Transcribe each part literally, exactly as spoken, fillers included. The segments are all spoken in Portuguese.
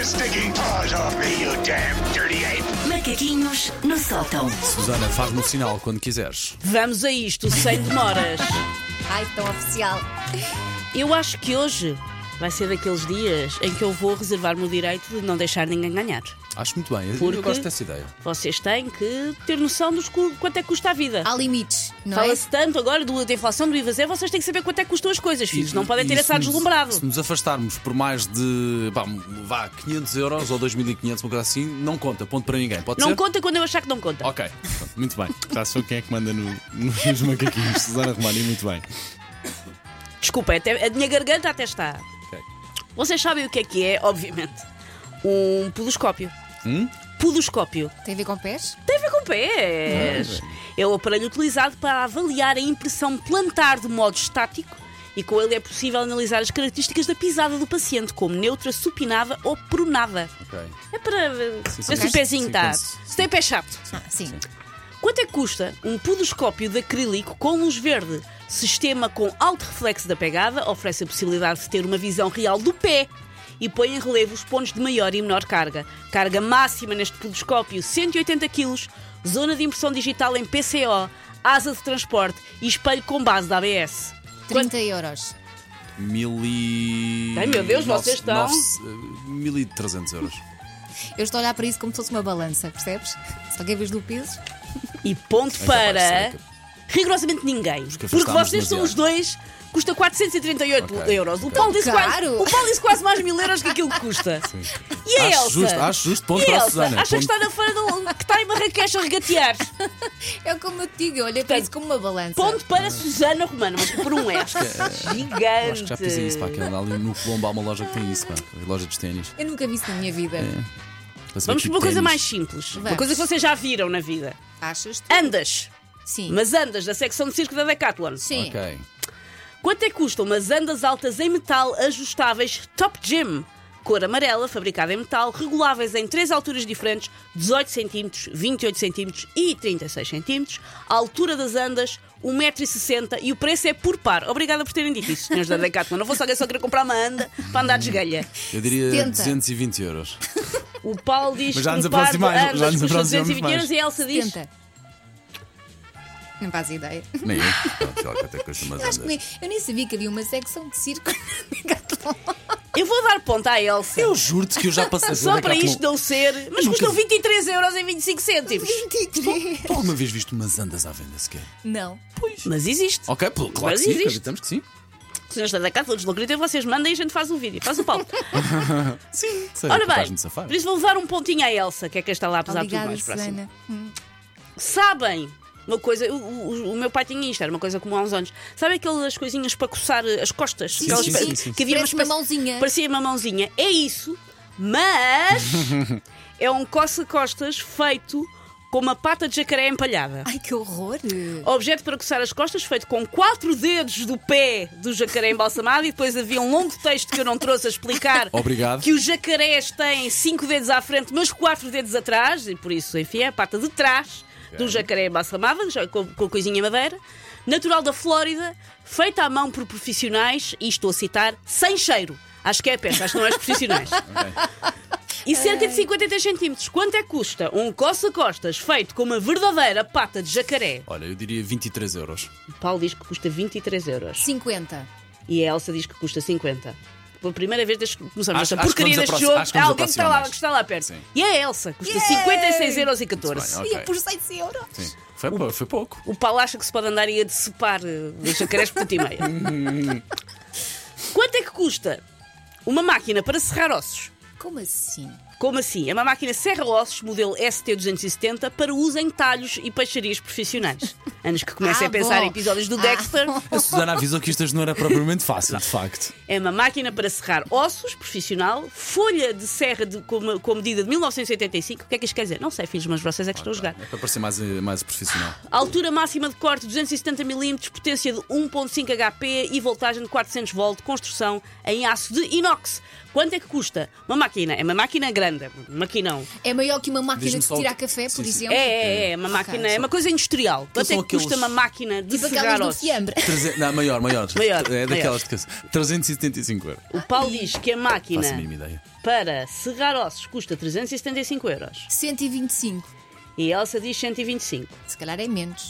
stinking paws off me, you damn dirty ape! Macaquinhos no sótão. Susana, faz-me o sinal quando quiseres. Vamos a isto, sem demoras. Ai, tão oficial. Eu acho que hoje vai ser daqueles dias em que eu vou reservar-me o direito de não deixar ninguém ganhar. Acho muito bem, eu, Porque eu gosto dessa ideia. Vocês têm que ter noção de quanto é que custa a vida. Há limites, não é? Fala-se tanto agora do, da inflação do I V A zero, vocês têm que saber quanto é que custam as coisas, filhos. Não podem ter E essa se nos- deslumbrado. Se nos afastarmos por mais de vá, vá, quinhentos euros ou dois mil e quinhentos, uma coisa assim, não conta, ponto para ninguém. Pode Não ser? conta quando eu achar que não conta. Ok, pronto, muito bem. Já sou quem é que manda no, nos macaquinhos. Susana Romani, muito bem. Desculpa, até, a minha garganta até está. Ok. Vocês sabem o que é que é, obviamente, um podoscópio. Hum? Podoscópio. Tem a ver com pés? Tem a ver com pés. É o aparelho utilizado para avaliar a impressão plantar de modo estático e com ele é possível analisar as características da pisada do paciente, como neutra, supinada ou pronada. Ok. É para ver sim, se sim. o pezinho Sim, está. sim. Se tem pé chato. Ah, sim. Quanto é que custa um podoscópio de acrílico com luz verde? Sistema com alto reflexo da pegada, oferece a possibilidade de ter uma visão real do pé e põe em relevo os pontos de maior e menor carga. Carga máxima neste podoscópio, cento e oitenta quilos, zona de impressão digital em P C O, asa de transporte e espelho com base da A B S. trinta euros. Mil e... Ai, meu Deus, vocês estão- nove- Mil e trezentos euros. Eu estou a olhar para isso como se fosse uma balança, percebes? Só que em vez do peso. E ponto É capaz de para ser. rigorosamente ninguém. que Porque afastámos vocês são demasiado. os dois, custa quatrocentos e trinta e oito Ok, euros. O ok. Paulo, disse quase, Caro. o Paulo disse quase mais mil euros que aquilo que custa. E a Acho Elsa? justo, acho justo, ponto E a para a Elsa? Susana, Acha que ponto. está na feira do, que está em Marrakech a regatear? É como eu te digo, eu olhei para isso como uma balança. Ponto para Susana Romana, mas por um S. Gigante. Eu acho que já fiz isso, pá, que ali no Colombo há uma loja que tem isso, pá, a loja dos ténis. Eu nunca vi isso na minha vida. Para saber Vamos que por uma coisa ténis- mais simples. Uma Vamos. coisa que vocês já viram na vida. Achas tu? Andas. Sim. Mas andas da secção de circo da Decathlon. Sim. Ok. Quanto é que custam umas andas altas em metal ajustáveis Top Gym? Cor amarela, fabricada em metal, reguláveis em três alturas diferentes, dezoito centímetros, vinte e oito centímetros e trinta e seis centímetros. A altura das andas, um metro e sessenta e o preço é por par. Obrigada por terem dito isso, senhores da Decathlon. Não fosse alguém só querer comprar uma anda para andar de esgalha. Eu diria setenta. duzentos e vinte euros. O Paulo diz Mas já que nos um par de aproximamos, já andas nos custa aproximamos duzentos e vinte mais. euros e a Elsa diz... setenta. Não faz ideia. Nem eu. Pronto, sei lá quanto é que custa umas Eu, acho que andas. nem, eu nem sabia que havia uma secção de circo na Decathlon. Eu vou dar ponta à Elsa. Eu juro-te que eu já passei Só pela para Decathlon. isto não ser... Mas nunca custam vi. vinte e três euros e vinte e cinco cêntimos. vinte e três. Tu alguma vez viste umas andas à venda sequer? Não. Mas existe. Ok, pô, claro Mas que sim, existe. acreditamos que sim. Senhores da Decathlon, deslocritem, vocês mandem e a gente faz o vídeo. Faz o Paulo. Sim, sei, Ora capaz bem, de me safar. por isso vou levar um pontinho à Elsa, que é que está lá apesar de tudo Obrigada, mais próximo. Susana. Hum. Sabem uma coisa, o, o- o meu pai tinha isto, era uma coisa como há uns anos. Sabem aquelas coisinhas para coçar as costas? Aquelas sim, pa- sim, sim. Que havia Parece uma mãozinha. Parecia uma mãozinha. É isso, mas é um coça-costas feito com uma pata de jacaré empalhada. Ai, que horror. Objeto para coçar as costas feito com quatro dedos do pé do jacaré embalsamado e depois havia um longo texto que eu não trouxe a explicar Obrigado. que os jacarés têm cinco dedos à frente mas quatro dedos atrás e por isso, enfim, é a pata de trás do jacaré embalsamado já com, com coisinha madeira. Natural da Flórida, feita à mão por profissionais e estou a citar, sem cheiro. Acho que é peça, acho que não é os profissionais. E cerca de cinquenta e três centímetros. Quanto é que custa um coça-costas feito com uma verdadeira pata de jacaré? Olha, eu diria vinte e três euros. O Paulo diz que custa vinte e três euros. cinquenta. E a Elsa diz que custa cinquenta. Pela primeira vez desde que começamos Acho- esta acho que porcaria vamos deste aproxi- jogo, acho que há vamos alguém que está, aproximar lá, mais. que está lá perto. Sim. E a Elsa custa Yay! cinquenta e seis euros e catorze. Muito bem, Ia ok. por seis euros. Sim. Foi, pou- foi pouco. O Paulo acha que se pode andar e a decepar eh, os jacarés por e meia. Quanto é que custa uma máquina para serrar ossos? Como assim? Como assim? É uma máquina serra-ossos modelo S T duzentos e setenta para uso em talhos e peixarias profissionais. Antes que comecem Ah, a pensar bom. em episódios do Ah. Dexter. A Susana avisou que isto hoje não era propriamente fácil, de facto. É uma máquina para serrar ossos, profissional, folha de serra de, com, uma- com medida de mil novecentos e oitenta e cinco. O que é que isto quer dizer? Não sei, filhos, mas vocês é que estão a jogar. É para parecer mais, eh, mais profissional. Altura máxima de corte duzentos e setenta milímetros, potência de um ponto cinco H P e voltagem de quatrocentos volts, construção em aço de inox. Quanto é que custa? Uma máquina, é uma máquina grande. grande, é um maquinão. É maior que uma máquina Diz-me de só o tirar que- café, sim, por sim. exemplo. É, é, é uma máquina, é uma coisa industrial. Quanto é são que custa aqueles- uma máquina de Tipo serrar aquelas do ossos? fiambre. Treze- Não, maior, maior. Maior, É daquelas maior. de trezentos e setenta e cinco euros. O Paulo diz que a máquina Faço a mínima ideia. para serrar ossos custa trezentos e setenta e cinco euros. cento e vinte e cinco. E a Elsa diz cento e vinte e cinco. Se calhar é menos.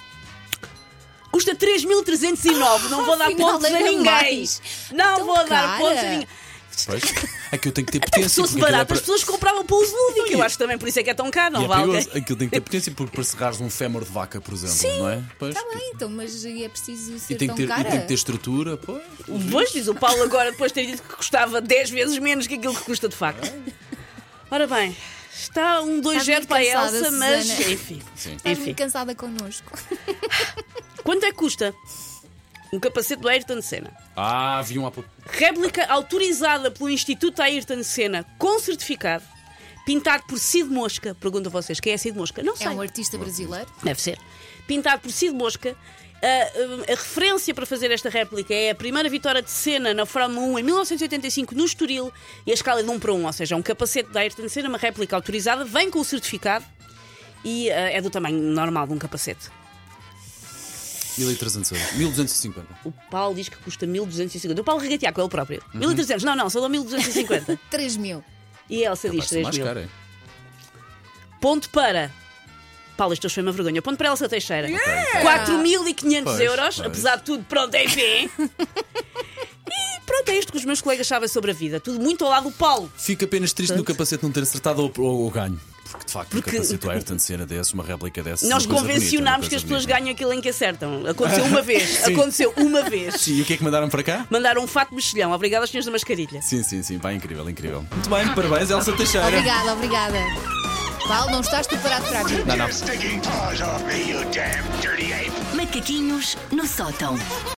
Custa três mil trezentos e nove. Não vou dar Afinal, pontos a era ninguém. mais. Não Tão vou dar cara. pontos a ninguém. Pois. É que eu tenho que ter Até potência. se fosse porque aquilo é barato, para- as pessoas compravam para uso lúdico. Eu acho também por isso é que é tão caro, E não é vale? perigoso. Aquilo tem que ter potência porque para serrares um fémur de vaca, por exemplo, não é? Pois. Está bem, então, mas é preciso ser E tem, tão que ter, e cara. tem que ter estrutura, pois. Pois, diz o Paulo agora, depois de ter dito que custava dez vezes menos que aquilo que custa de facto. Ora bem, está um dois zero muito para a cansada, Elsa, mas Susana. enfim. Sim. Estás Enfim. muito cansada connosco. Quanto é que custa um capacete do Ayrton Senna? Ah, vi um há pouco. Réplica autorizada pelo Instituto Ayrton Senna, com certificado, pintado por Cid Mosca. Pergunto a vocês, quem é Cid Mosca? Não sei. É um artista brasileiro. Deve ser. Pintado por Cid Mosca. A, a- a referência para fazer esta réplica é a primeira vitória de Senna na Fórmula um em mil novecentos e oitenta e cinco no Estoril e a escala é de um para um, ou seja, um capacete da Ayrton Senna, uma réplica autorizada, vem com o certificado e ah, é do tamanho normal de um capacete. mil e trezentos euros. mil duzentos e cinquenta. O Paulo diz que custa mil duzentos e cinquenta. O Paulo regatear com ele próprio. Uhum. mil e trezentos, não, não, só dá mil duzentos e cinquenta. três mil. E a Elsa diz Vai ser três mais mil. caro, é? Ponto para. Paulo, isto hoje foi uma vergonha. Ponto para Elsa Teixeira. quatro mil e quinhentos Pois, euros, pois. apesar de tudo, pronto, enfim. E pronto, é isto que os meus colegas sabem sobre a vida. Tudo muito ao lado do Paulo. Fico apenas triste no capacete não ter acertado ou, ou, ou ganho. Porque de facto, Porque- um capacete do Ayrton Senna desses, uma réplica dessas. Nós uma coisa convencionámos bonita, que as uma pessoas coisa bonita. ganham aquilo em que acertam. Aconteceu uma vez. Sim. Aconteceu uma vez. Sim, e o que é que mandaram para cá? Mandaram um fato de mexilhão. Obrigada, senhores da mascarilha. Sim, sim, sim. Vai, incrível, incrível. Muito bem, parabéns, Elsa Teixeira. Obrigada, obrigada. Paulo, não estás preparado para a vida. Não, não. Your stinking paws off me, you damn dirty ape! Macaquinhos no sótão.